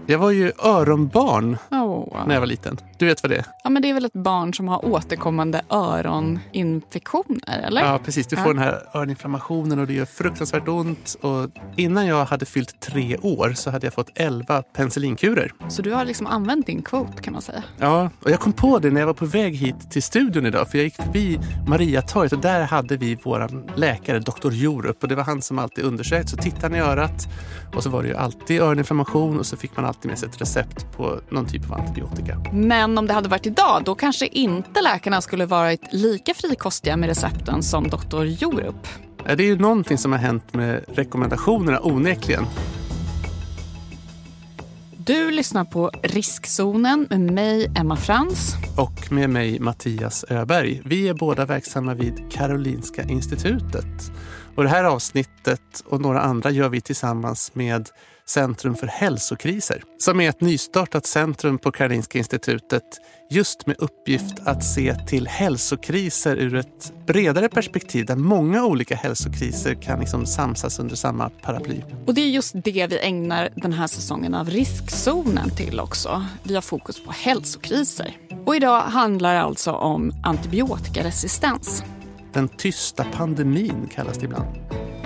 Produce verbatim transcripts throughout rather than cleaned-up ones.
Jag var ju öronbarn oh. när jag var liten. Du vet vad det är? Ja, men det är väl ett barn som har återkommande öroninfektioner, eller? Ja, precis. Du får ja. den här öroninflammationen och det gör fruktansvärt ont. Och innan jag hade fyllt tre år så hade jag fått elva penicillinkurer. Så du har liksom använt din quote, kan man säga? Ja, och jag kom på det när jag var på väg hit till studion idag. För jag gick förbi Mariatorget och där hade vi våran läkare, doktor Jorup. Och det var han som alltid undersökte. Så tittade han i örat och så var det ju alltid öroninflammation och så fick man alltid med sig ett recept på någon typ av antibiotika. Men om det hade varit idag, då kanske inte läkarna skulle varit lika frikostiga med recepten som doktor Jorup. Ja, det är ju någonting som har hänt med rekommendationerna onekligen. Du lyssnar på Riskzonen med mig, Emma Frans. Och med mig, Mattias Öberg. Vi är båda verksamma vid Karolinska institutet. Och det här avsnittet och några andra gör vi tillsammans med Centrum för hälsokriser, som är ett nystartat centrum på Karolinska institutet just med uppgift att se till hälsokriser ur ett bredare perspektiv där många olika hälsokriser kan liksom samsas under samma paraply. Och det är just det vi ägnar den här säsongen av Riskzonen till också. Vi har fokus på hälsokriser. Och idag handlar det alltså om antibiotikaresistens. Den tysta pandemin kallas det ibland.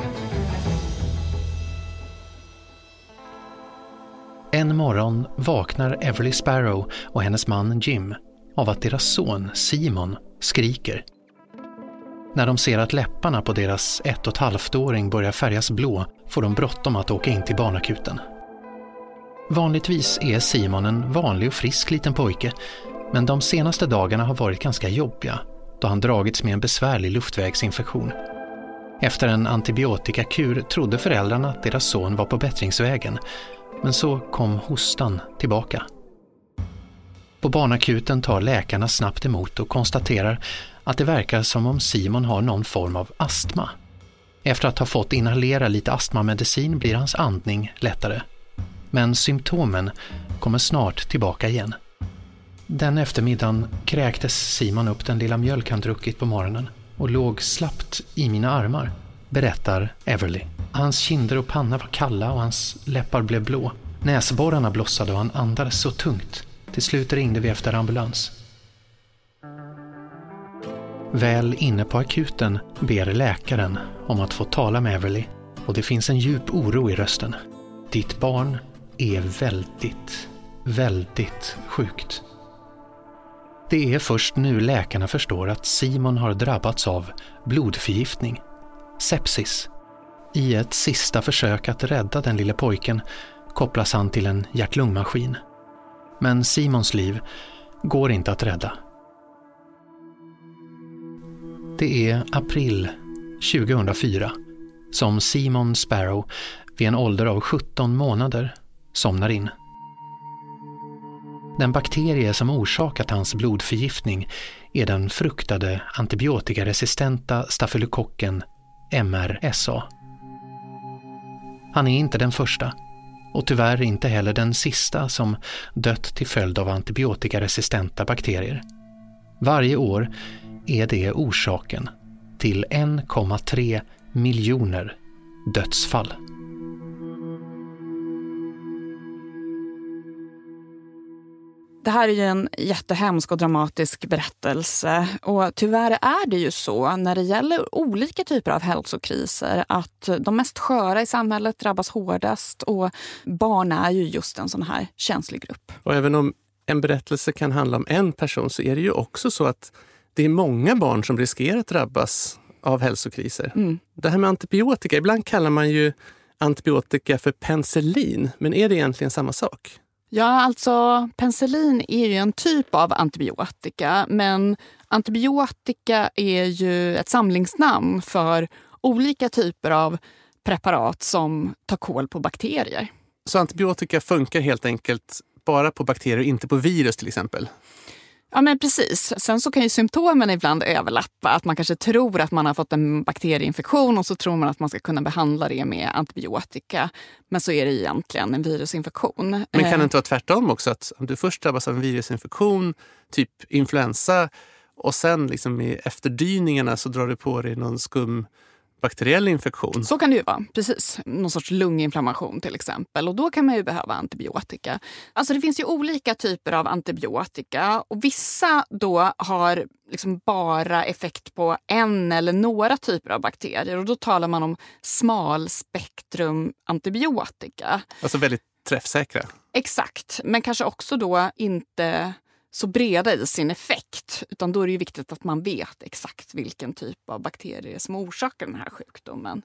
En morgon vaknar Everly Sparrow och hennes man Jim av att deras son Simon skriker. När de ser att läpparna på deras ett och ett halvt-åring börjar färgas blå får de bråttom att åka in till barnakuten. Vanligtvis är Simon en vanlig och frisk liten pojke, men de senaste dagarna har varit ganska jobbiga då han dragits med en besvärlig luftvägsinfektion. Efter en antibiotikakur trodde föräldrarna att deras son var på bättringsvägen, men så kom hostan tillbaka. På barnakuten tar läkarna snabbt emot och konstaterar att det verkar som om Simon har någon form av astma. Efter att ha fått inhalera lite astmamedicin blir hans andning lättare. Men symptomen kommer snart tillbaka igen. Den eftermiddagen kräktes Simon upp den lilla mjölk han druckit på morgonen och låg slappt i mina armar, berättar Everly. Hans kinder och panna var kalla och hans läppar blev blå. Näsborrarna blossade och han andades så tungt. Till slut ringde vi efter ambulans. Väl inne på akuten ber läkaren om att få tala med Everly och det finns en djup oro i rösten. Ditt barn är väldigt, väldigt sjukt. Det är först nu läkarna förstår att Simon har drabbats av blodförgiftning, sepsis. I ett sista försök att rädda den lille pojken kopplas han till en hjärt-lungmaskin. Men Simons liv går inte att rädda. Det är april tjugohundrafyra som Simon Sparrow vid en ålder av sjutton månader somnar in. Den bakterie som orsakat hans blodförgiftning är den fruktade antibiotikaresistenta stafylokocken M R S A. Han är inte den första och tyvärr inte heller den sista som dött till följd av antibiotikaresistenta bakterier. Varje år är det orsaken till en komma tre miljoner dödsfall. Det här är ju en jättehemsk och dramatisk berättelse och tyvärr är det ju så när det gäller olika typer av hälsokriser att de mest sköra i samhället drabbas hårdast och barn är ju just en sån här känslig grupp. Och även om en berättelse kan handla om en person så är det ju också så att det är många barn som riskerar att drabbas av hälsokriser. Mm. Det här med antibiotika, ibland kallar man ju antibiotika för penicillin, men är det egentligen samma sak? Ja, alltså penicillin är ju en typ av antibiotika, men antibiotika är ju ett samlingsnamn för olika typer av preparat som tar kål på bakterier. Så antibiotika funkar helt enkelt bara på bakterier och inte på virus till exempel? Ja, men precis. Sen så kan ju symptomen ibland överlappa. Att man kanske tror att man har fått en bakterieinfektion och så tror man att man ska kunna behandla det med antibiotika. Men så är det egentligen en virusinfektion. Men kan det inte vara tvärtom också? Att om du först drabbas av en virusinfektion, typ influensa, och sen liksom i efterdyningarna så drar du på dig någon skum bakteriell infektion. Så kan det ju vara, precis. Någon sorts lunginflammation till exempel. Och då kan man ju behöva antibiotika. Alltså det finns ju olika typer av antibiotika. Och vissa då har liksom bara effekt på en eller några typer av bakterier. Och då talar man om smalspektrum antibiotika. Alltså väldigt träffsäkra. Exakt, men kanske också då inte så breda i sin effekt. Utan då är det ju viktigt att man vet exakt vilken typ av bakterier som orsakar den här sjukdomen.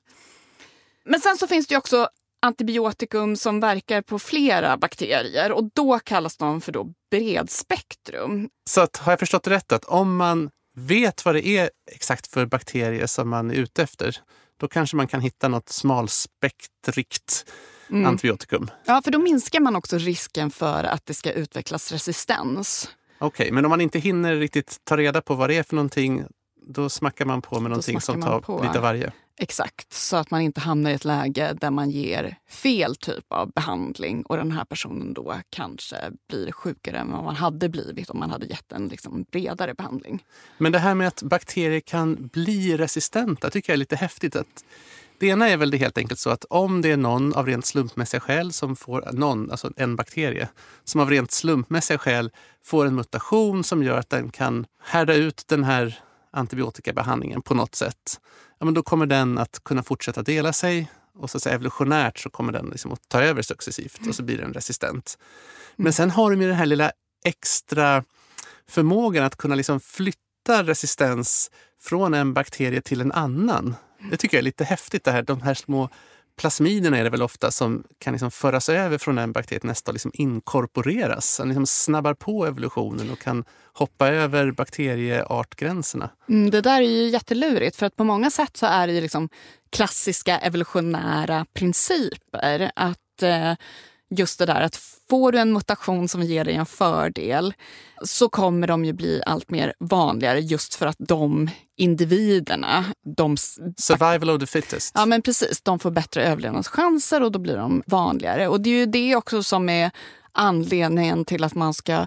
Men sen så finns det ju också antibiotikum som verkar på flera bakterier. Och då kallas de för då bredspektrum. Så att, har jag förstått det rätt att om man vet vad det är exakt för bakterier som man är ute efter, då kanske man kan hitta något smalspektrikt Mm. antibiotikum. Ja, för då minskar man också risken för att det ska utvecklas resistens. Okej, okay, men om man inte hinner riktigt ta reda på vad det är för någonting, då smackar man på med någonting som tar på lite varje. Exakt, så att man inte hamnar i ett läge där man ger fel typ av behandling och den här personen då kanske blir sjukare än vad man hade blivit om man hade gett en liksom bredare behandling. Men det här med att bakterier kan bli resistenta tycker jag är lite häftigt. Att det ena är väl det helt enkelt så att om det är någon av rent slumpmässiga skäl som får någon, alltså en bakterie, som av rent slumpmässiga skäl får en mutation som gör att den kan härda ut den här antibiotikabehandlingen på något sätt, ja, men då kommer den att kunna fortsätta dela sig och så att säga evolutionärt så kommer den liksom att ta över successivt och så blir den resistent. Men sen har de ju den här lilla extra förmågan att kunna liksom flytta resistens från en bakterie till en annan. Det tycker jag är lite häftigt det här. De här små plasmiderna är det väl ofta som kan liksom föras över från en bakterie till nästa och liksom inkorporeras. Den liksom snabbar på evolutionen och kan hoppa över bakterieartgränserna. Mm, det där är ju jättelurigt för att på många sätt så är det ju liksom klassiska evolutionära principer. Att eh, just det där att får du en mutation som ger dig en fördel så kommer de ju bli allt mer vanligare just för att de individerna... De, Survival of the fittest. Ja, men precis. De får bättre överlevnadschanser och då blir de vanligare. Och det är ju det också som är anledningen till att man ska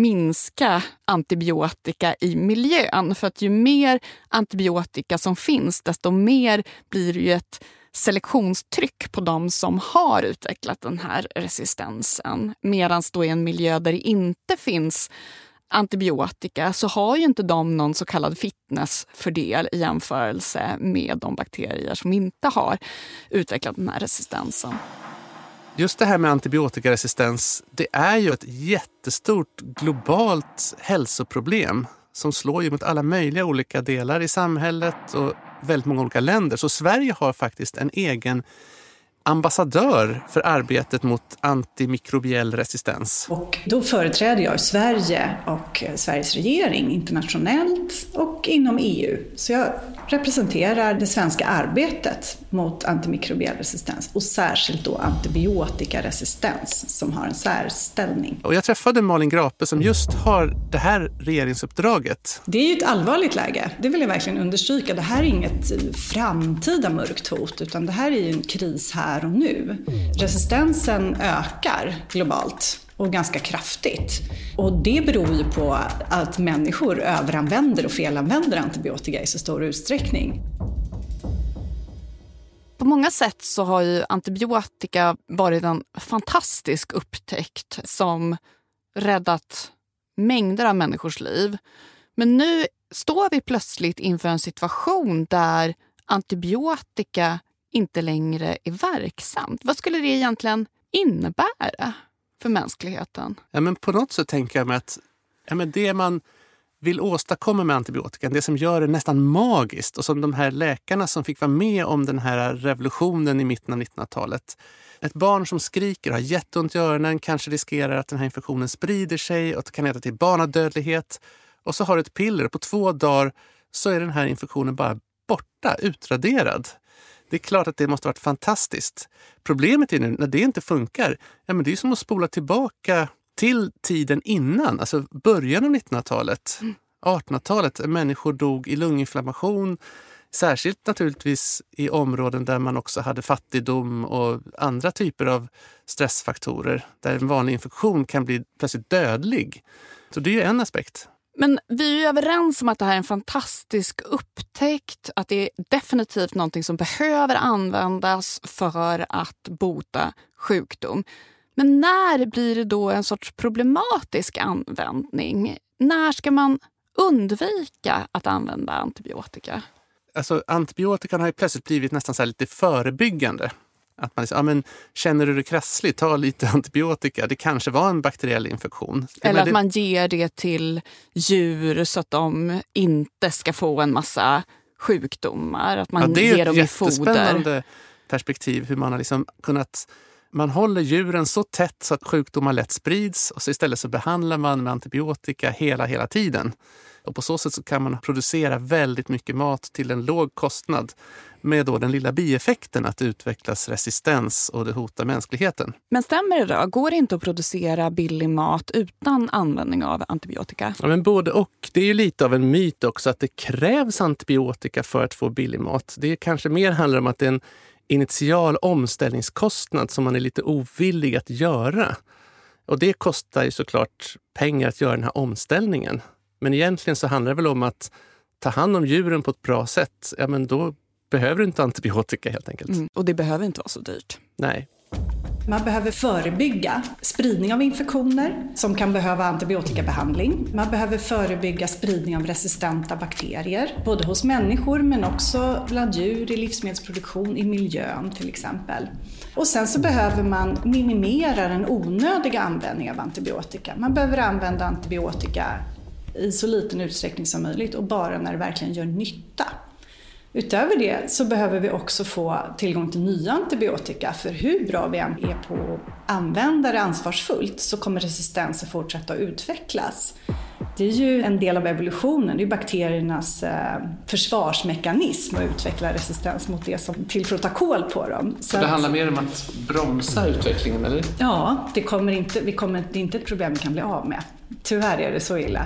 minska antibiotika i miljön. För att ju mer antibiotika som finns, desto mer blir det ju ett selektionstryck på de som har utvecklat den här resistensen. Medan då i en miljö där det inte finns antibiotika så har ju inte de någon så kallad fitnessfördel i jämförelse med de bakterier som inte har utvecklat den här resistensen. Just det här med antibiotikaresistens, det är ju ett jättestort globalt hälsoproblem som slår ju mot alla möjliga olika delar i samhället och väldigt många olika länder. Så Sverige har faktiskt en egen ambassadör för arbetet mot antimikrobiell resistens. Och då företräder jag Sverige och Sveriges regering internationellt och inom E U. Så jag representerar det svenska arbetet mot antimikrobiell resistens och särskilt då antibiotikaresistens som har en särställning. Och jag träffade Malin Grape som just har det här regeringsuppdraget. Det är ju ett allvarligt läge, det vill jag verkligen understryka. Det här är inget framtida mörkt hot utan det här är ju en kris här och nu. Resistensen ökar globalt och ganska kraftigt. Och det beror ju på att människor överanvänder och felanvänder antibiotika i så stor utsträckning. På många sätt så har ju antibiotika varit en fantastisk upptäckt som räddat mängder av människors liv. Men nu står vi plötsligt inför en situation där antibiotika inte längre är verksamt. Vad skulle det egentligen innebära för mänskligheten? Ja, men på något sätt tänker jag mig att ja, men det man vill åstadkomma med antibiotika, det som gör det nästan magiskt och som de här läkarna som fick vara med om den här revolutionen i mitten av nittonhundratalet. Ett barn som skriker och har jätteont i öronen kanske riskerar att den här infektionen sprider sig och kan leda till barnadödlighet. Och så har du ett piller och på två dagar så är den här infektionen bara borta, utraderad. Det är klart att det måste ha varit fantastiskt. Problemet är nu, när det inte funkar, ja, men det är som att spola tillbaka till tiden innan, alltså början av nittonhundratalet, mm. artonhundratalet. Människor dog i lunginflammation, särskilt naturligtvis i områden där man också hade fattigdom och andra typer av stressfaktorer, där en vanlig infektion kan bli plötsligt dödlig. Så det är ju en aspekt. Men vi är ju överens om att det här är en fantastisk upptäckt, att det är definitivt någonting som behöver användas för att bota sjukdom. Men när blir det då en sorts problematisk användning? När ska man undvika att använda antibiotika? Alltså, antibiotikan har ju plötsligt blivit nästan så här lite förebyggande. Att man liksom, ja, men känner du dig krasslig, ta lite antibiotika. Det kanske var en bakteriell infektion. Eller att det... man ger det till djur så att de inte ska få en massa sjukdomar. Att man ja, det är ger dem i foder. Det är ett jättespännande perspektiv hur man har liksom kunnat... Man håller djuren så tätt så att sjukdomar lätt sprids och så istället så behandlar man med antibiotika hela, hela tiden. Och på så sätt så kan man producera väldigt mycket mat till en låg kostnad med då den lilla bieffekten att det utvecklas resistens och det hotar mänskligheten. Men stämmer det då? Går det inte att producera billig mat utan användning av antibiotika? Ja, men både och. Det är ju lite av en myt också att det krävs antibiotika för att få billig mat. Det kanske mer handlar om att det är en initial omställningskostnad som man är lite ovillig att göra. Och det kostar ju såklart pengar att göra den här omställningen. Men egentligen så handlar det väl om att ta hand om djuren på ett bra sätt. Ja, men då behöver du inte antibiotika helt enkelt. Mm, och det behöver inte vara så dyrt. Nej. Man behöver förebygga spridning av infektioner som kan behöva antibiotikabehandling. Man behöver förebygga spridning av resistenta bakterier, både hos människor men också bland djur i livsmedelsproduktion, i miljön till exempel. Och sen så behöver man minimera den onödiga användningen av antibiotika. Man behöver använda antibiotika i så liten utsträckning som möjligt och bara när det verkligen gör nytta. Utöver det så behöver vi också få tillgång till nya antibiotika, för hur bra vi än är på att använda det ansvarsfullt så kommer resistensen fortsätta att utvecklas. Det är ju en del av evolutionen, det är bakteriernas försvarsmekanism att utveckla resistens mot det som tillför att ta kål på dem. Så det handlar mer om att bromsa utvecklingen, eller? Ja, det, kommer inte, vi kommer, det är inte ett problem vi kan bli av med. Tyvärr är det så illa.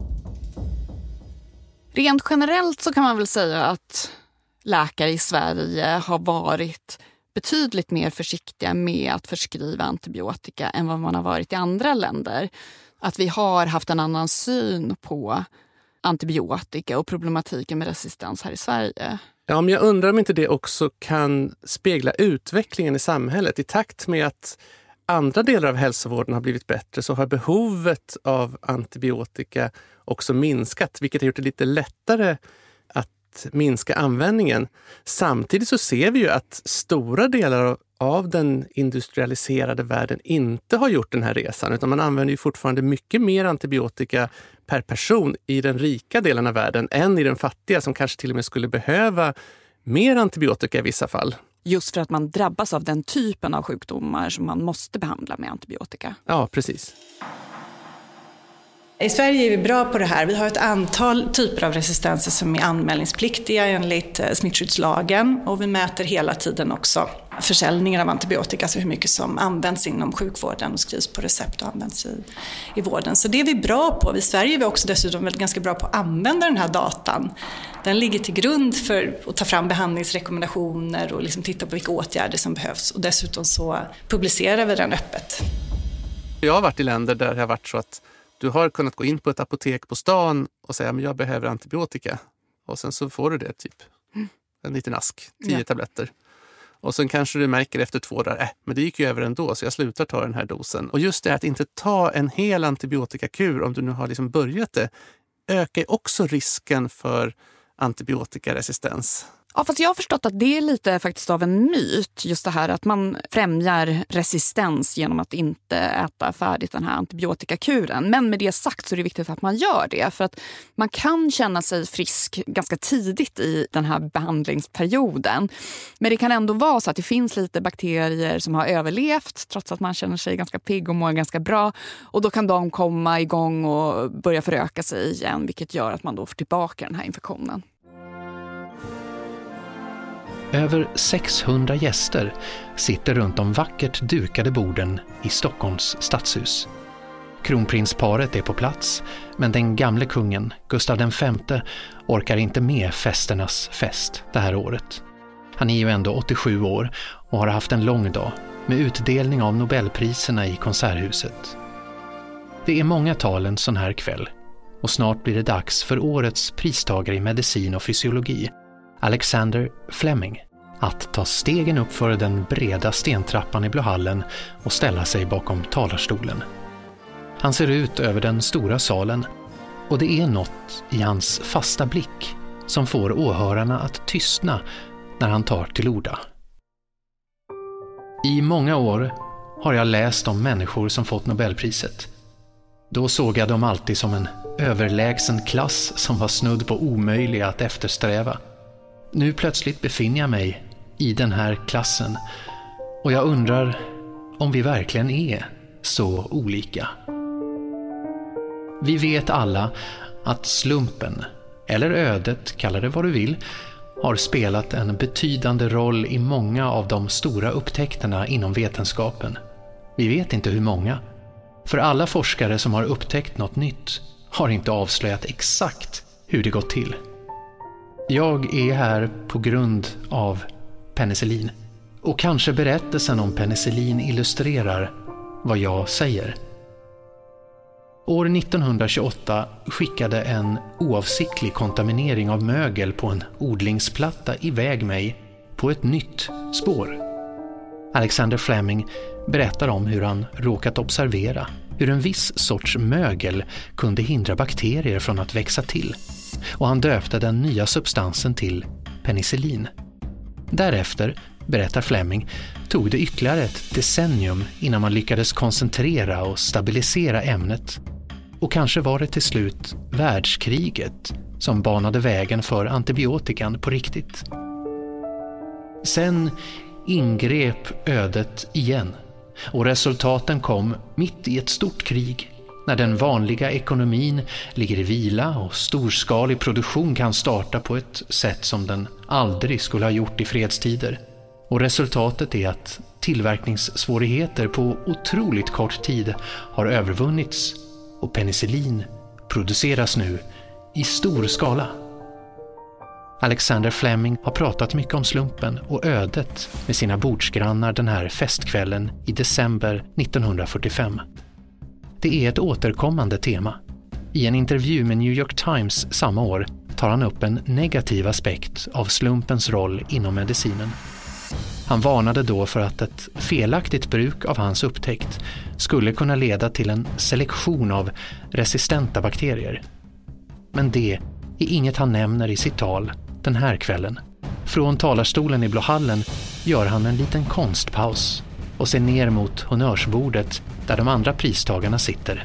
Rent generellt så kan man väl säga att läkare i Sverige har varit betydligt mer försiktiga med att förskriva antibiotika än vad man har varit i andra länder. Att vi har haft en annan syn på antibiotika och problematiken med resistens här i Sverige. Ja, men jag undrar om inte det också kan spegla utvecklingen i samhället. I takt med att andra delar av hälsovården har blivit bättre så har behovet av antibiotika också minskat, vilket har gjort det lite lättare att minska användningen. Samtidigt så ser vi ju att stora delar av den industrialiserade världen inte har gjort den här resan, utan man använder ju fortfarande mycket mer antibiotika per person i den rika delen av världen än i den fattiga, som kanske till och med skulle behöva mer antibiotika i vissa fall. Just för att man drabbas av den typen av sjukdomar som man måste behandla med antibiotika. Ja, precis. I Sverige är vi bra på det här. Vi har ett antal typer av resistenser som är anmälningspliktiga enligt smittskyddslagen. Och vi mäter hela tiden också försäljningen av antibiotika, alltså hur mycket som används inom sjukvården och skrivs på recept och används i, i vården. Så det är vi bra på. I Sverige är vi också dessutom väl ganska bra på att använda den här datan. Den ligger till grund för att ta fram behandlingsrekommendationer och liksom titta på vilka åtgärder som behövs. Och dessutom så publicerar vi den öppet. Jag har varit i länder där det har varit så att du har kunnat gå in på ett apotek på stan och säga att jag behöver antibiotika. Och sen så får du det typ. En liten ask, tio ja. tabletter. Och sen kanske du märker efter två dagar, äh, men det gick ju över ändå så jag slutar ta den här dosen. Och just det att inte ta en hel antibiotikakur om du nu har liksom börjat det, ökar också risken för antibiotikaresistens. Ja, fast jag har förstått att det är lite faktiskt av en myt, just det här att man främjar resistens genom att inte äta färdigt den här antibiotikakuren. Men med det sagt så är det viktigt att man gör det, för att man kan känna sig frisk ganska tidigt i den här behandlingsperioden. Men det kan ändå vara så att det finns lite bakterier som har överlevt trots att man känner sig ganska pigg och mår ganska bra. Och då kan de komma igång och börja föröka sig igen, vilket gör att man då får tillbaka den här infektionen. Över sexhundra gäster sitter runt de vackert dukade borden i Stockholms stadshus. Kronprinsparet är på plats, men den gamle kungen, Gustav den femte, orkar inte med festernas fest det här året. Han är ju ändå åttiosju år och har haft en lång dag med utdelning av Nobelpriserna i Konserthuset. Det är många tal en sån här kväll, och snart blir det dags för årets pristagare i medicin och fysiologi, Alexander Fleming, att ta stegen upp för den breda stentrappan i Blå hallen och ställa sig bakom talarstolen. Han ser ut över den stora salen och det är något i hans fasta blick som får åhörarna att tystna när han tar till orda. I många år har jag läst om människor som fått Nobelpriset. Då såg jag dem alltid som en överlägsen klass som var snudd på omöjliga att eftersträva. Nu plötsligt befinner jag mig i den här klassen och jag undrar om vi verkligen är så olika. Vi vet alla att slumpen, eller ödet, kalla det vad du vill, har spelat en betydande roll i många av de stora upptäckterna inom vetenskapen. Vi vet inte hur många. För alla forskare som har upptäckt något nytt har inte avslöjat exakt hur det gått till. Jag är här på grund av penicillin. Och kanske berättelsen om penicillin illustrerar vad jag säger. År nittonhundratjugoåtta skickade en oavsiktlig kontaminering av mögel på en odlingsplatta iväg mig på ett nytt spår. Alexander Fleming berättar om hur han råkat observera hur en viss sorts mögel kunde hindra bakterier från att växa till. Och han döpte den nya substansen till penicillin. Därefter, berättar Fleming, tog det ytterligare ett decennium innan man lyckades koncentrera och stabilisera ämnet. Och kanske var det till slut världskriget som banade vägen för antibiotikan på riktigt. Sen ingrep ödet igen och resultaten kom mitt i ett stort krig när den vanliga ekonomin ligger i vila och storskalig produktion kan starta på ett sätt som den aldrig skulle ha gjort i fredstider. Och resultatet är att tillverkningssvårigheter på otroligt kort tid har övervunnits och penicillin produceras nu i stor skala. Alexander Fleming har pratat mycket om slumpen och ödet med sina bordsgrannar den här festkvällen i december nittonhundrafyrtiofem. Det är ett återkommande tema. I en intervju med New York Times samma år tar han upp en negativ aspekt av slumpens roll inom medicinen. Han varnade då för att ett felaktigt bruk av hans upptäckt skulle kunna leda till en selektion av resistenta bakterier. Men det är inget han nämner i sitt tal den här kvällen. Från talarstolen i Blå hallen gör han en liten konstpaus och ser ner mot honnörsbordet där de andra pristagarna sitter.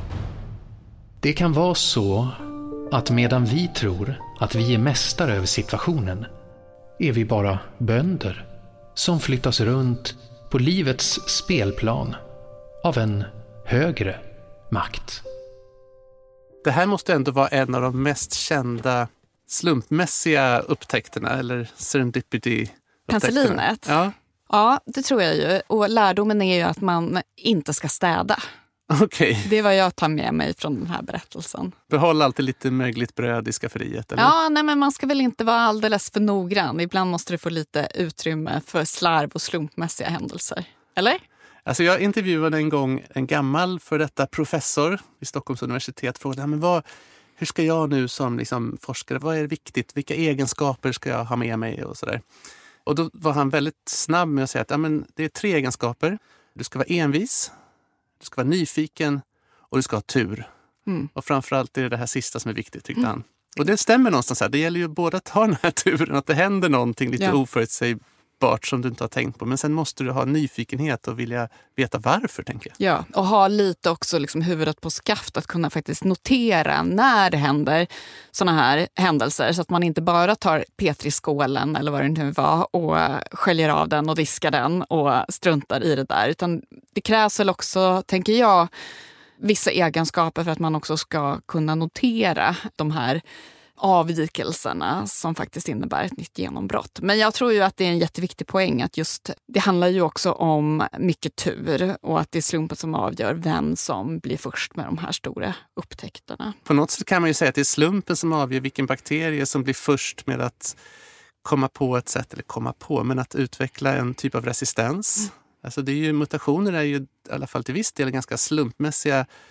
Det kan vara så att medan vi tror att vi är mästare över situationen är vi bara bönder som flyttas runt på livets spelplan av en högre makt. Det här måste ändå vara en av de mest kända slumpmässiga upptäckterna eller serendipity-upptäckterna. Penicillinet? Ja. Ja, det tror jag ju. Och lärdomen är ju att man inte ska städa. Okej. Okay. Det är vad jag tar med mig från den här berättelsen. Behåll alltid lite mögligt bröd i skafferiet, eller? Ja, nej, men man ska väl inte vara alldeles för noggrann. Ibland måste det få lite utrymme för slarv och slumpmässiga händelser. Eller? Alltså jag intervjuade en gång en gammal för detta professor vid Stockholms universitet. Frågade, men vad, hur ska jag nu som liksom forskare, vad är viktigt? Vilka egenskaper ska jag ha med mig och sådär? Och då var han väldigt snabb med att säga att ja, men det är tre egenskaper. Du ska vara envis, du ska vara nyfiken och du ska ha tur. Mm. Och framförallt är det det här sista som är viktigt, tyckte mm. han. Och det stämmer någonstans här. Det gäller ju både att ha den här turen, att det händer någonting lite ja. oförutsägbart som du inte har tänkt på. Men sen måste du ha nyfikenhet och vilja veta varför, tänker jag. Ja, och ha lite också liksom huvudet på skaft att kunna faktiskt notera när det händer såna här händelser. Så att man inte bara tar Petriskålen eller vad det nu var och sköljer av den och diskar den och struntar i det där. Utan det krävs väl också, tänker jag, vissa egenskaper för att man också ska kunna notera de här avvikelserna som faktiskt innebär ett nytt genombrott. Men jag tror ju att det är en jätteviktig poäng att just det handlar ju också om mycket tur och att det är slumpen som avgör vem som blir först med de här stora upptäckterna. På något sätt kan man ju säga att det är slumpen som avgör vilken bakterie som blir först med att komma på ett sätt, eller komma på, men att utveckla en typ av resistens. Mm. Alltså det är ju, mutationer är ju i alla fall till viss del ganska slumpmässiga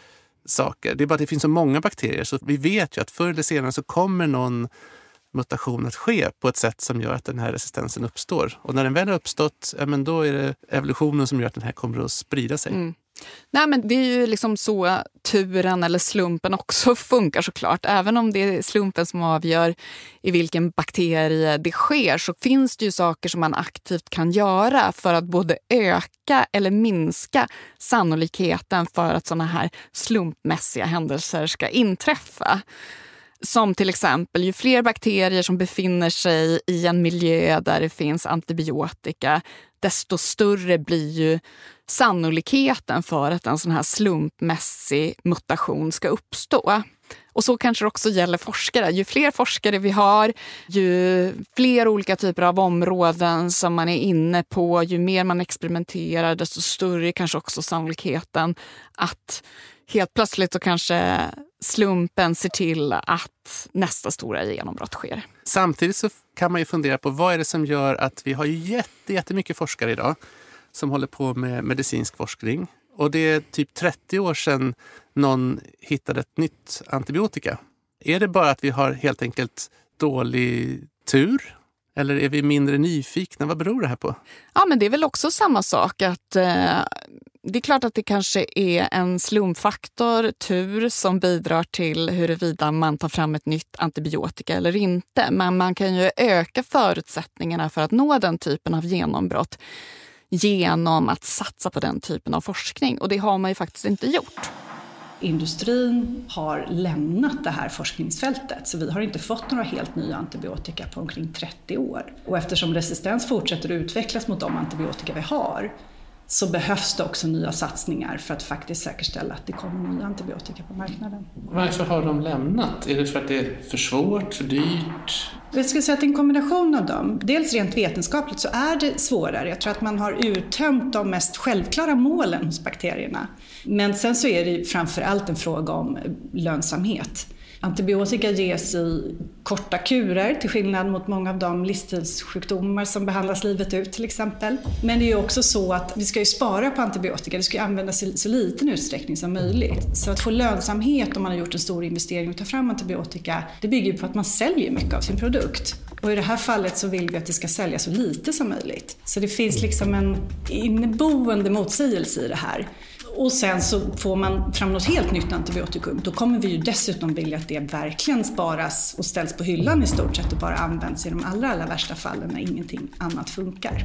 saker. Det är bara att det finns så många bakterier så vi vet ju att förr eller senare så kommer någon mutation att ske på ett sätt som gör att den här resistensen uppstår. Och när den väl har uppstått, ja, men då är det evolutionen som gör att den här kommer att sprida sig. Mm. Nej, men det är ju liksom så turen eller slumpen också funkar såklart. Även om det är slumpen som avgör i vilken bakterie det sker så finns det ju saker som man aktivt kan göra för att både öka eller minska sannolikheten för att såna här slumpmässiga händelser ska inträffa. Som till exempel, ju fler bakterier som befinner sig i en miljö där det finns antibiotika, desto större blir ju sannolikheten för att en sån här slumpmässig mutation ska uppstå. Och så kanske det också gäller forskare. Ju fler forskare vi har, ju fler olika typer av områden som man är inne på, ju mer man experimenterar, desto större kanske också sannolikheten att helt plötsligt så kanske slumpen ser till att nästa stora genombrott sker. Samtidigt så kan man ju fundera på vad är det som gör att vi har ju jätte, jättemycket forskare idag som håller på med medicinsk forskning. Och det är typ trettio år sedan någon hittade ett nytt antibiotika. Är det bara att vi har helt enkelt dålig tur? Eller är vi mindre nyfikna? Vad beror det här på? Ja, men det är väl också samma sak att eh, det är klart att det kanske är en slumpfaktor, tur, som bidrar till huruvida man tar fram ett nytt antibiotika eller inte. Men man kan ju öka förutsättningarna för att nå den typen av genombrott genom att satsa på den typen av forskning. Och det har man ju faktiskt inte gjort. Industrin har lämnat det här forskningsfältet så vi har inte fått några helt nya antibiotika på omkring trettio år. Och eftersom resistens fortsätter att utvecklas mot de antibiotika vi har så behövs det också nya satsningar för att faktiskt säkerställa att det kommer nya antibiotika på marknaden. Varför har de lämnat? Är det för att det är för svårt, för dyrt? Jag skulle säga att det är en kombination av dem. Dels rent vetenskapligt så är det svårare. Jag tror att man har uttömt de mest självklara målen hos bakterierna. Men sen så är det framförallt en fråga om lönsamhet. Antibiotika ges i korta kurer till skillnad mot många av de livsstilssjukdomar som behandlas livet ut till exempel. Men det är ju också så att vi ska ju spara på antibiotika, det ska ju användas i så liten utsträckning som möjligt. Så att få lönsamhet om man har gjort en stor investering och tar fram antibiotika, det bygger ju på att man säljer mycket av sin produkt. Och i det här fallet så vill vi att det ska säljas så lite som möjligt. Så det finns liksom en inneboende motsägelse i det här. Och sen så får man fram något helt nytt antibiotikum. Då kommer vi ju dessutom vilja att det verkligen sparas och ställs på hyllan i stort sett och bara används i de allra, allra värsta fallen när ingenting annat funkar.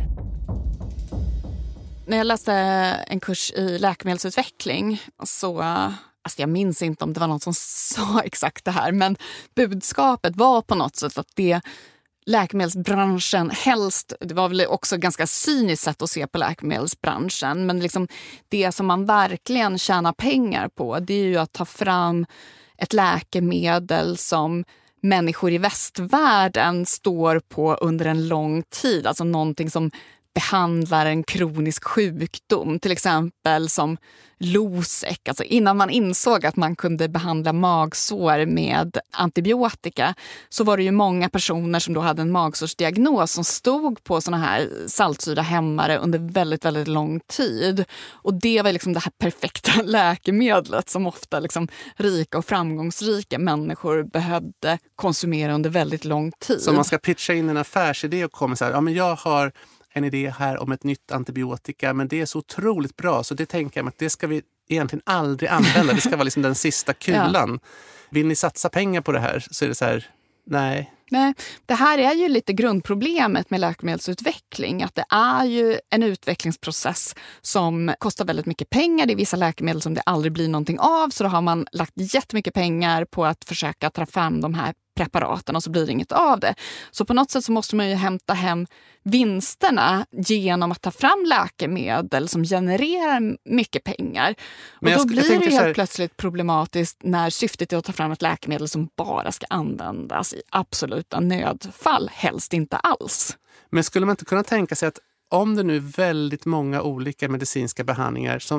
När jag läste en kurs i läkemedelsutveckling så, alltså jag minns inte om det var någon som sa exakt det här, men budskapet var på något sätt att det läkemedelsbranschen helst, det var väl också ganska cyniskt sätt att se på läkemedelsbranschen, men liksom det som man verkligen tjänar pengar på, det är ju att ta fram ett läkemedel som människor i västvärlden står på under en lång tid, alltså någonting som behandlar en kronisk sjukdom, till exempel som Losec. Alltså innan man insåg att man kunde behandla magsår med antibiotika så var det ju många personer som då hade en magsårsdiagnos som stod på såna här saltsyrahämmare under väldigt, väldigt lång tid. Och det var liksom det här perfekta läkemedlet som ofta liksom rika och framgångsrika människor behövde konsumera under väldigt lång tid. Så man ska pitcha in en affärsidé och komma så här, ja men jag har en idé här om ett nytt antibiotika, men det är så otroligt bra så det tänker jag att det ska vi egentligen aldrig använda. Det ska vara liksom den sista kulan. Ja. Vill ni satsa pengar på det här så är det så här, nej. Nej, det här är ju lite grundproblemet med läkemedelsutveckling, att det är ju en utvecklingsprocess som kostar väldigt mycket pengar. Det är vissa läkemedel som det aldrig blir någonting av, så då har man lagt jättemycket pengar på att försöka ta fram de här preparaten och så blir det inget av det. Så på något sätt så måste man ju hämta hem vinsterna genom att ta fram läkemedel som genererar mycket pengar. Och då blir det helt här... plötsligt problematiskt när syftet är att ta fram ett läkemedel som bara ska användas i absoluta nödfall, helst inte alls. Men skulle man inte kunna tänka sig att om det nu är väldigt många olika medicinska behandlingar som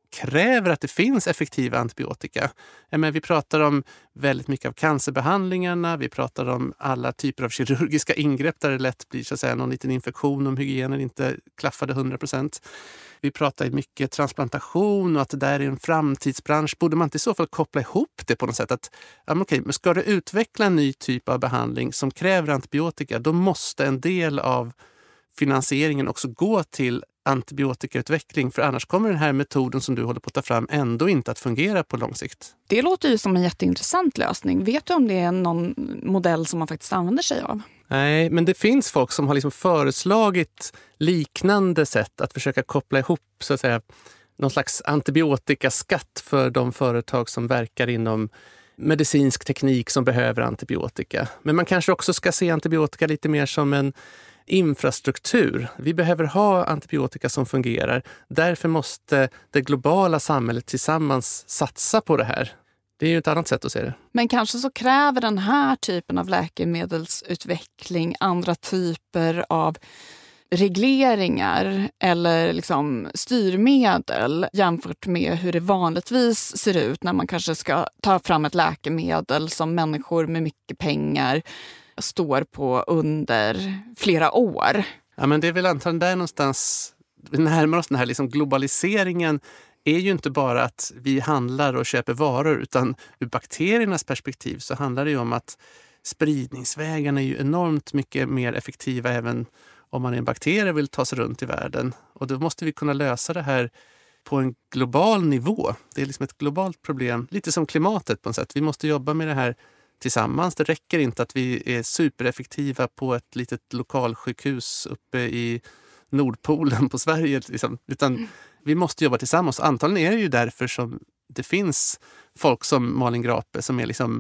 kräver att det finns effektiva antibiotika. Men vi pratar om väldigt mycket av cancerbehandlingarna, vi pratar om alla typer av kirurgiska ingrepp där det lätt blir så att säga någon liten infektion om hygienen inte klaffade hundra procent. Vi pratar mycket transplantation och att det där är en framtidsbransch. Borde man inte i så fall koppla ihop det på något sätt? Att, ja, men okej, men ska du utveckla en ny typ av behandling som kräver antibiotika, då måste en del av finansieringen också gå till antibiotikautveckling, för annars kommer den här metoden som du håller på att ta fram ändå inte att fungera på lång sikt. Det låter ju som en jätteintressant lösning. Vet du om det är någon modell som man faktiskt använder sig av? Nej, men det finns folk som har liksom föreslagit liknande sätt att försöka koppla ihop så att säga någon slags antibiotikaskatt för de företag som verkar inom medicinsk teknik som behöver antibiotika. Men man kanske också ska se antibiotika lite mer som en infrastruktur. Vi behöver ha antibiotika som fungerar. Därför måste det globala samhället tillsammans satsa på det här. Det är ju ett annat sätt att se det. Men kanske så kräver den här typen av läkemedelsutveckling andra typer av regleringar eller liksom styrmedel jämfört med hur det vanligtvis ser ut när man kanske ska ta fram ett läkemedel som människor med mycket pengar står på under flera år. Ja, men det är väl antagligen där någonstans vi närmar oss den här liksom globaliseringen är ju inte bara att vi handlar och köper varor, utan ur bakteriernas perspektiv så handlar det ju om att spridningsvägarna är ju enormt mycket mer effektiva även om man är en bakterie och vill ta sig runt i världen. Och då måste vi kunna lösa det här på en global nivå. Det är liksom ett globalt problem, lite som klimatet på något sätt. Vi måste jobba med det här tillsammans. Det räcker inte att vi är supereffektiva på ett litet lokalsjukhus uppe i Nordpolen på Sverige, liksom. Utan mm. vi måste jobba tillsammans. Antagligen är det ju därför som det finns folk som Malin Grape som är liksom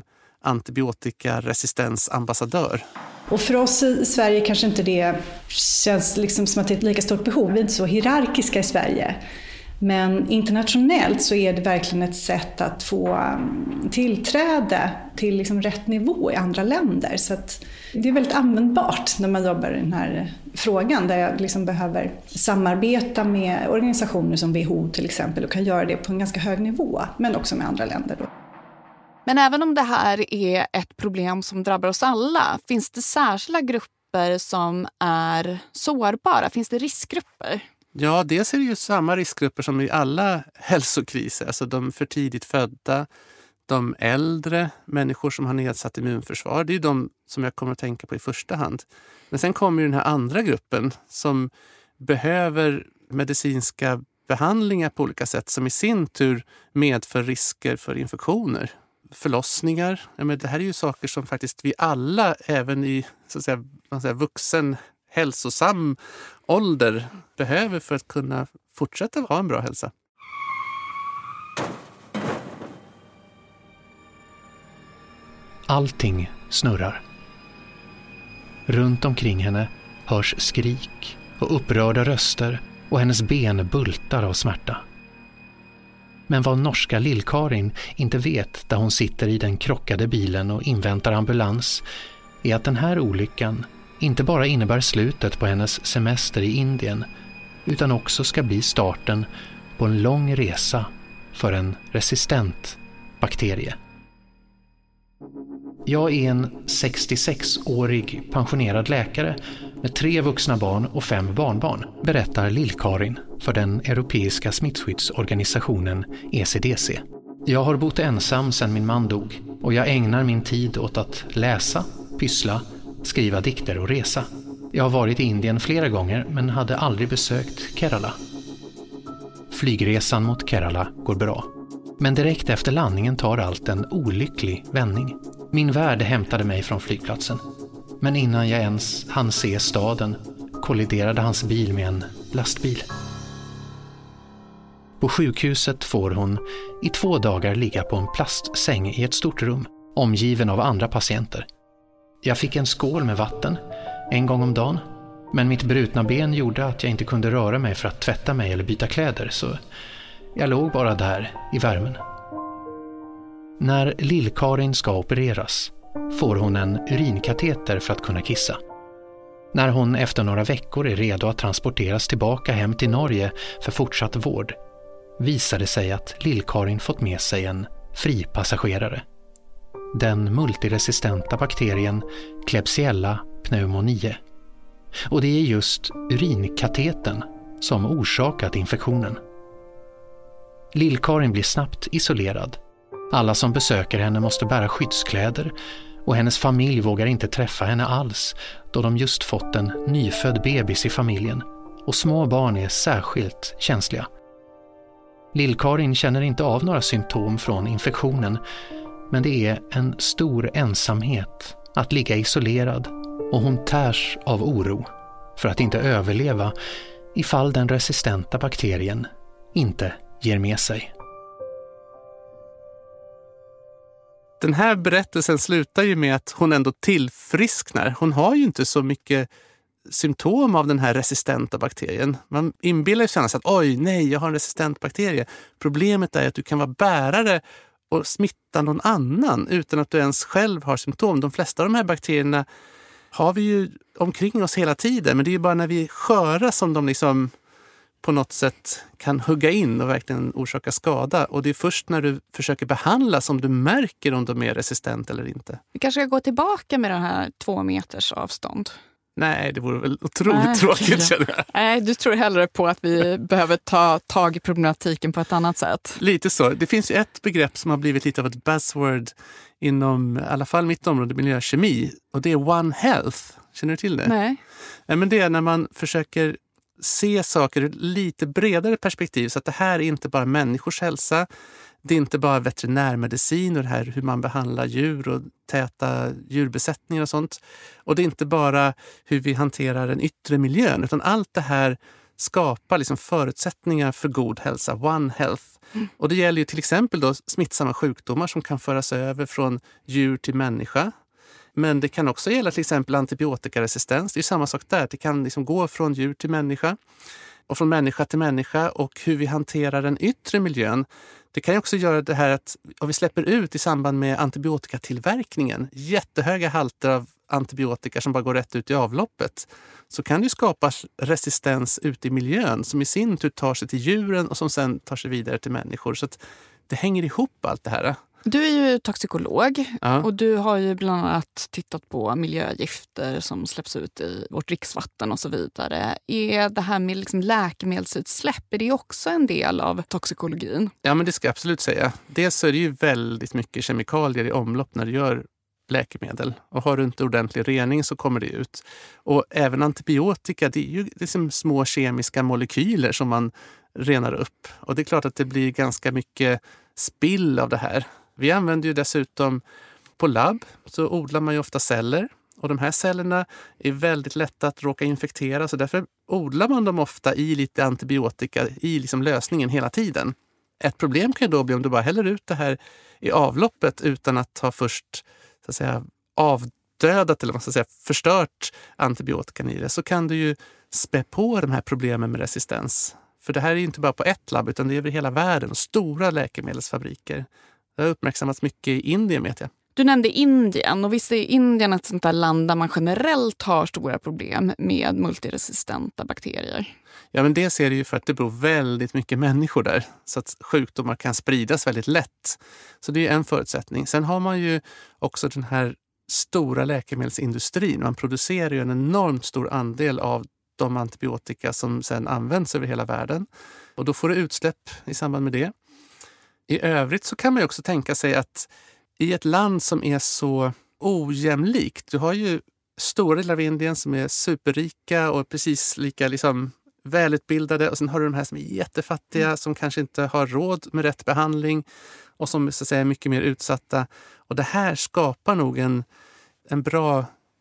antibiotikarresistensambassadör. Och för oss i Sverige kanske inte det känns liksom som att det är ett lika stort behov. Vi är inte så hierarkiska i Sverige. Men internationellt så är det verkligen ett sätt att få tillträde till liksom rätt nivå i andra länder. Så att det är väldigt användbart när man jobbar i den här frågan, där jag liksom behöver samarbeta med organisationer som W H O till exempel och kan göra det på en ganska hög nivå, men också med andra länder då. Men även om det här är ett problem som drabbar oss alla, finns det särskilda grupper som är sårbara? Finns det riskgrupper? Ja, dels är det ju samma riskgrupper som i alla hälsokriser. Alltså de för tidigt födda, de äldre, människor som har nedsatt immunförsvar. Det är ju de som jag kommer att tänka på i första hand. Men sen kommer ju den här andra gruppen som behöver medicinska behandlingar på olika sätt som i sin tur medför risker för infektioner. Förlossningar. Ja, men det här är ju saker som faktiskt vi alla, även i så att säga, man säger, vuxen hälsosam ålder, behöver för att kunna fortsätta ha en bra hälsa. Allting snurrar. Runt omkring henne hörs skrik och upprörda röster och hennes ben bultar av smärta. Men vad norska Lill-Karin inte vet där hon sitter i den krockade bilen och inväntar ambulans är att den här olyckan inte bara innebär slutet på hennes semester i Indien utan också ska bli starten på en lång resa för en resistent bakterie. Jag är en sextiosex-årig pensionerad läkare med tre vuxna barn och fem barnbarn, berättar Lill-Karin för den europeiska smittskyddsorganisationen E C D C. Jag har bott ensam sedan min man dog och jag ägnar min tid åt att läsa, pyssla, skriva dikter och resa. Jag har varit i Indien flera gånger men hade aldrig besökt Kerala. Flygresan mot Kerala går bra. Men direkt efter landningen tar allt en olycklig vändning. Min värd hämtade mig från flygplatsen. Men innan jag ens hann se staden kolliderade hans bil med en lastbil. På sjukhuset får hon i två dagar ligga på en plastsäng i ett stort rum, omgiven av andra patienter. Jag fick en skål med vatten en gång om dagen, men mitt brutna ben gjorde att jag inte kunde röra mig för att tvätta mig eller byta kläder, så jag låg bara där i värmen. När Lill-Karin ska opereras får hon en urinkateter för att kunna kissa. När hon efter några veckor är redo att transporteras tillbaka hem till Norge för fortsatt vård visade sig att Lill-Karin fått med sig en fripassagerare. Den multiresistenta bakterien Klebsiella pneumoniae. Och det är just urinkateten som orsakat infektionen. Lill-Karin blir snabbt isolerad. Alla som besöker henne måste bära skyddskläder och hennes familj vågar inte träffa henne alls då de just fått en nyfödd bebis i familjen och små barn är särskilt känsliga. Lill-Karin känner inte av några symptom från infektionen, men det är en stor ensamhet att ligga isolerad och hon tärs av oro för att inte överleva ifall den resistenta bakterien inte ger med sig. Den här berättelsen slutar ju med att hon ändå tillfrisknar. Hon har ju inte så mycket symptom av den här resistenta bakterien. Man inbillar sig att oj, nej, jag har en resistent bakterie. Problemet är att du kan vara bärare och smitta någon annan utan att du ens själv har symptom. De flesta av de här bakterierna har vi ju omkring oss hela tiden, men det är ju bara när vi är sköra som de liksom på något sätt kan hugga in och verkligen orsaka skada. Och det är först när du försöker behandla som du märker om de är resistent eller inte. Vi kanske ska gå tillbaka med den här två meters avstånd. Nej, det vore väl otroligt Nej, tråkigt, känner jag. Nej, du tror hellre på att vi behöver ta tag i problematiken på ett annat sätt. Lite så. Det finns ju ett begrepp som har blivit lite av ett buzzword inom i alla fall mitt område, miljökemi. Och det är One Health. Känner du till det? Nej. Nej, men det är när man försöker se saker ur lite bredare perspektiv. Så att det här är inte bara människors hälsa. Det är inte bara veterinärmedicin och det här hur man behandlar djur och täta djurbesättningar och sånt. Och det är inte bara hur vi hanterar den yttre miljön, utan allt det här skapar liksom förutsättningar för god hälsa, One Health. Mm. Och det gäller ju till exempel då smittsamma sjukdomar som kan föras över från djur till människa. Men det kan också gälla till exempel antibiotikaresistens. Det är samma sak där. Det kan liksom gå från djur till människa och från människa till människa, och hur vi hanterar den yttre miljön. Det kan ju också göra det här att om vi släpper ut i samband med antibiotikatillverkningen jättehöga halter av antibiotika som bara går rätt ut i avloppet, så kan det ju skapas resistens ute i miljön som i sin tur tar sig till djuren och som sen tar sig vidare till människor. Så att det hänger ihop allt det här. Du är ju toxikolog, ja. Och du har ju bland annat tittat på miljögifter som släpps ut i vårt dricksvatten och så vidare. Är det här med liksom läkemedelsutsläpp, är det också en del av toxikologin? Ja, men det ska jag absolut säga. Dels så är det ju väldigt mycket kemikalier i omlopp när du gör läkemedel. Och har du inte ordentlig rening så kommer det ut. Och även antibiotika, det är ju liksom små kemiska molekyler som man renar upp. Och det är klart att det blir ganska mycket spill av det här. Vi använder ju dessutom på labb så odlar man ju ofta celler. Och de här cellerna är väldigt lätta att råka infektera, så därför odlar man dem ofta i lite antibiotika i liksom lösningen hela tiden. Ett problem kan ju då bli om du bara häller ut det här i avloppet utan att ha först så att säga, avdödat eller vad man ska säga, förstört antibiotikan i det, så kan du ju spä på de här problemen med resistens. För det här är ju inte bara på ett labb utan det är över hela världen, stora läkemedelsfabriker. Det har uppmärksammats mycket i Indien, vet jag. Du nämnde Indien, och visst är Indien ett sånt där land där man generellt har stora problem med multiresistenta bakterier? Ja, men det ser det ju för att det bor väldigt mycket människor där, så att sjukdomar kan spridas väldigt lätt. Så det är en förutsättning. Sen har man ju också den här stora läkemedelsindustrin. Man producerar ju en enormt stor andel av de antibiotika som sen används över hela världen. Och då får det utsläpp i samband med det. I övrigt så kan man ju också tänka sig att i ett land som är så ojämlikt, du har ju stora delar av Indien som är superrika och precis lika liksom välutbildade, och sen har du de här som är jättefattiga mm. som kanske inte har råd med rätt behandling och som så att säga är mycket mer utsatta. Och det här skapar nog en, en bra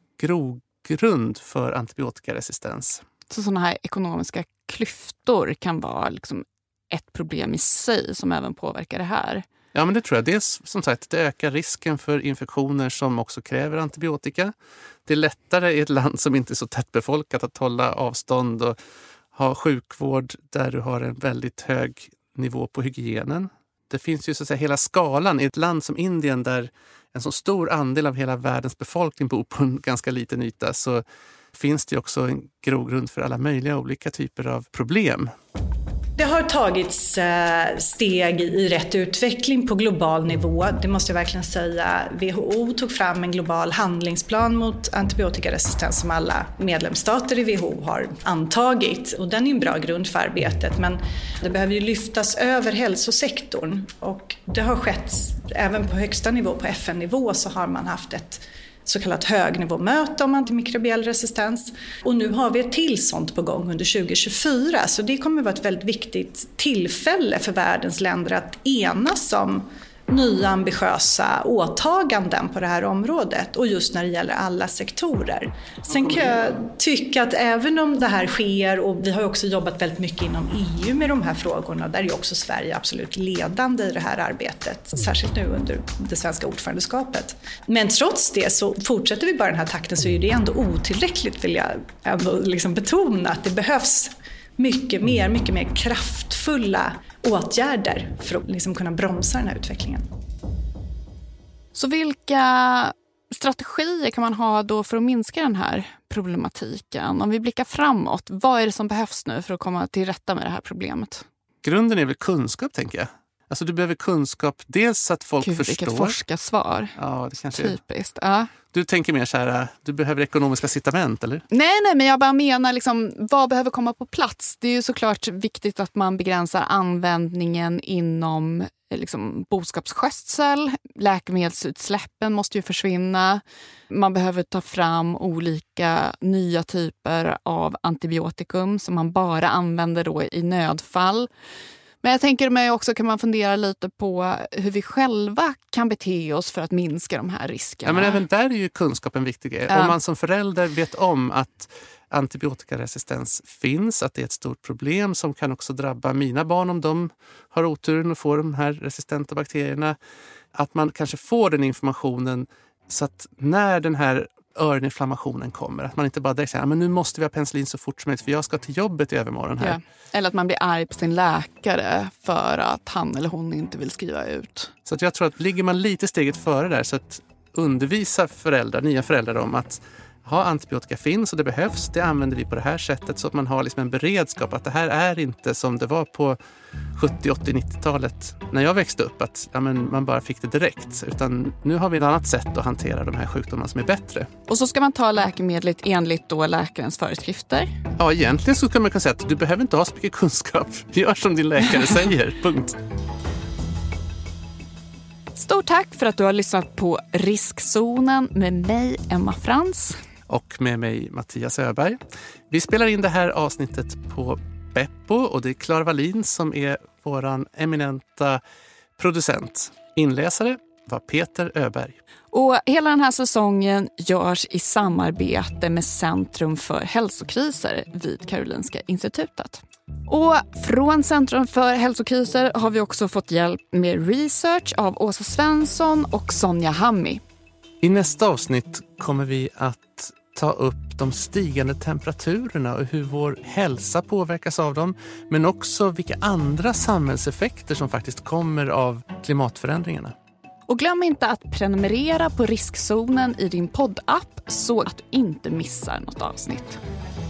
grogrund för antibiotikaresistens. Så sådana här ekonomiska klyftor kan vara liksom ett problem i sig som även påverkar det här? Ja, men det tror jag. Dels som sagt, det ökar risken för infektioner som också kräver antibiotika. Det är lättare i ett land som inte är så tättbefolkat att hålla avstånd och ha sjukvård där du har en väldigt hög nivå på hygienen. Det finns ju så att säga hela skalan i ett land som Indien där en så stor andel av hela världens befolkning bor på en ganska liten yta, så finns det också en grogrund för alla möjliga olika typer av problem. Det har tagits steg i rätt utveckling på global nivå. Det måste jag verkligen säga. W H O tog fram en global handlingsplan mot antibiotikaresistens som alla medlemsstater i W H O har antagit. Och den är en bra grund för arbetet, men det behöver ju lyftas över hälsosektorn. Och det har skett även på högsta nivå, på F N-nivå, så har man haft ett så kallat högnivåmöte om antimikrobiell resistens. Och nu har vi ett till sånt på gång under tjugo tjugofyra. Så det kommer att vara ett väldigt viktigt tillfälle för världens länder att enas om nya ambitiösa åtaganden på det här området. Och just när det gäller alla sektorer. Sen kan jag tycka att även om det här sker, och vi har också jobbat väldigt mycket inom E U med de här frågorna, där är också Sverige absolut ledande i det här arbetet. Särskilt nu under det svenska ordförandeskapet. Men trots det, så fortsätter vi bara den här takten, så är det ändå otillräckligt, vill jag ändå liksom betona, att det behövs mycket mer, mycket mer kraftfulla åtgärder för att liksom kunna bromsa den här utvecklingen. Så vilka strategier kan man ha då för att minska den här problematiken? Om vi blickar framåt, vad är det som behövs nu för att komma till rätta med det här problemet? Grunden är väl kunskap, tänker jag. Alltså du behöver kunskap, dels så att folk Gud, förstår. Vilket forskarsvar. Ja, det kanske Typiskt, ja. Du tänker mer så här, du behöver ekonomiska incitament, eller? Nej, nej, men jag bara menar liksom, vad behöver komma på plats? Det är ju såklart viktigt att man begränsar användningen inom liksom, boskapsskötsel. Läkemedelsutsläppen måste ju försvinna. Man behöver ta fram olika nya typer av antibiotikum som man bara använder då i nödfall. Men jag tänker mig också, kan man fundera lite på hur vi själva kan bete oss för att minska de här riskerna. Ja, men även där är ju kunskapen viktig. Ja. Om man som förälder vet om att antibiotikaresistens finns, att det är ett stort problem som kan också drabba mina barn om de har oturen att få de här resistenta bakterierna. Att man kanske får den informationen så att när den här öroninflammationen kommer, att man inte bara direkt säger men nu måste vi ha penicillin så fort som möjligt för jag ska till jobbet i övermorgon här. Ja. Eller att man blir arg på sin läkare för att han eller hon inte vill skriva ut. Så att jag tror att ligger man lite steget före där, så att undervisa föräldrar, nya föräldrar om att ha antibiotika finns och det behövs, det använder vi på det här sättet, så att man har liksom en beredskap att det här är inte som det var på sjuttio-, åttio-, nittiotalet när jag växte upp, att ja, men man bara fick det direkt, utan nu har vi ett annat sätt att hantera de här sjukdomarna som är bättre. Och så ska man ta läkemedlet enligt då läkarens föreskrifter? Ja, egentligen så kan man kunna säga att du behöver inte ha så mycket kunskap. Gör som din läkare säger, punkt. Stort tack för att du har lyssnat på Riskzonen med mig, Emma Frans. Och med mig, Mattias Öberg. Vi spelar in det här avsnittet på Beppo och det är Clara Wallin som är våran eminenta producent. Inläsare var Peter Öberg. Och hela den här säsongen görs i samarbete med Centrum för hälsokriser vid Karolinska institutet. Och från Centrum för hälsokriser har vi också fått hjälp med research av Åsa Svensson och Sonja Hammi. I nästa avsnitt kommer vi att ta upp de stigande temperaturerna och hur vår hälsa påverkas av dem, men också vilka andra samhällseffekter som faktiskt kommer av klimatförändringarna. Och glöm inte att prenumerera på Riskzonen i din poddapp så att du inte missar något avsnitt.